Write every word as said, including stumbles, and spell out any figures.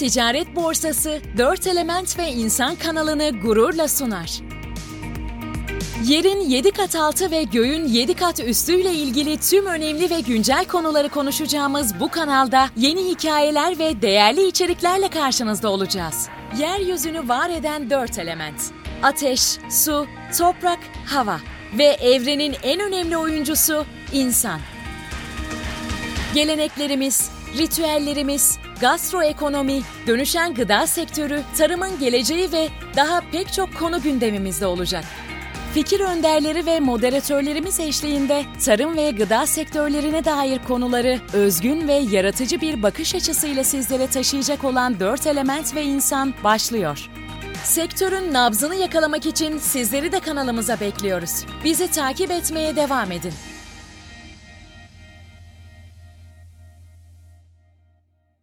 Ticaret Borsası, Dört Element ve İnsan kanalını gururla sunar. Yerin yedi kat altı ve göğün yedi kat üstüyle ilgili tüm önemli ve güncel konuları konuşacağımız bu kanalda yeni hikayeler ve değerli içeriklerle karşınızda olacağız. Yeryüzünü var eden dört element: ateş, su, toprak, hava ve evrenin en önemli oyuncusu insan. Geleneklerimiz, ritüellerimiz, gastroekonomi, dönüşen gıda sektörü, tarımın geleceği ve daha pek çok konu gündemimizde olacak. Fikir önderleri ve moderatörlerimiz eşliğinde tarım ve gıda sektörlerine dair konuları özgün ve yaratıcı bir bakış açısıyla sizlere taşıyacak olan Dört Element ve İnsan başlıyor. Sektörün nabzını yakalamak için sizleri de kanalımıza bekliyoruz. Bizi takip etmeye devam edin.